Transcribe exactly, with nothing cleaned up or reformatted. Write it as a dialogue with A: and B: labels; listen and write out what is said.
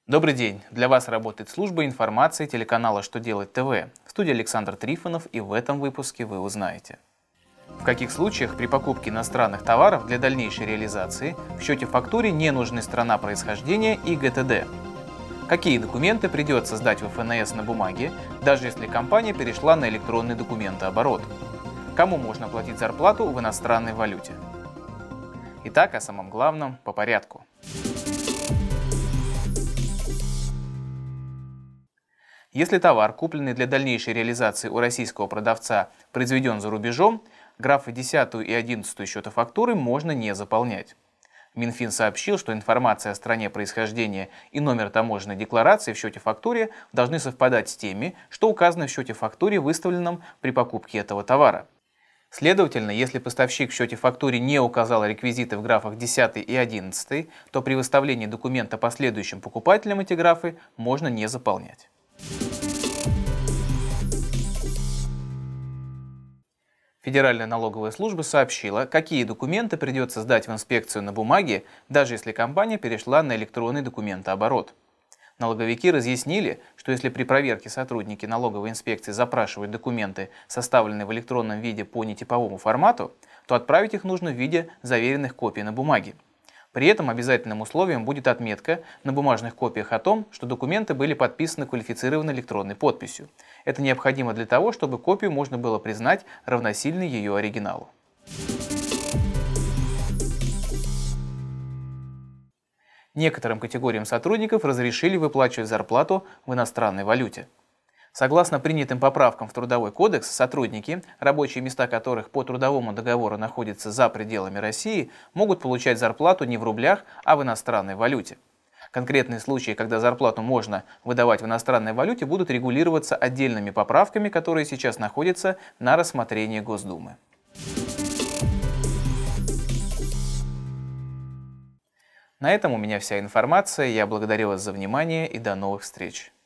A: Добрый день! Для вас работает служба информации телеканала «Что делать ТВ». В студии Александр Трифонов, и в этом выпуске вы узнаете: в каких случаях при покупке иностранных товаров для дальнейшей реализации в счете-фактуре не нужны страна происхождения и ГТД, какие документы придется сдать в эф эн эс на бумаге, даже если компания перешла на электронный документооборот, кому можно платить зарплату в иностранной валюте. Итак, о самом главном по порядку. Если товар, купленный для дальнейшей реализации у российского продавца, произведен за рубежом, графы десятую и одиннадцатую счета фактуры можно не заполнять. Минфин сообщил, что информация о стране происхождения и номер таможенной декларации в счете фактуре должны совпадать с теми, что указаны в счете фактуре, выставленном при покупке этого товара. Следовательно, если поставщик в счете фактуре не указал реквизиты в графах десятой и одиннадцатой, то при выставлении документа последующим покупателям эти графы можно не заполнять. Федеральная налоговая служба сообщила, какие документы придется сдать в инспекцию на бумаге, даже если компания перешла на электронный документооборот. Налоговики разъяснили, что если при проверке сотрудники налоговой инспекции запрашивают документы, составленные в электронном виде по нетиповому формату, то отправить их нужно в виде заверенных копий на бумаге. При этом обязательным условием будет отметка на бумажных копиях о том, что документы были подписаны квалифицированной электронной подписью. Это необходимо для того, чтобы копию можно было признать равносильной ее оригиналу. Некоторым категориям сотрудников разрешили выплачивать зарплату в иностранной валюте. Согласно принятым поправкам в Трудовой кодекс, сотрудники, рабочие места которых по трудовому договору находятся за пределами России, могут получать зарплату не в рублях, а в иностранной валюте. Конкретные случаи, когда зарплату можно выдавать в иностранной валюте, будут регулироваться отдельными поправками, которые сейчас находятся на рассмотрении Госдумы. На этом у меня вся информация. Я благодарю вас за внимание и до новых встреч.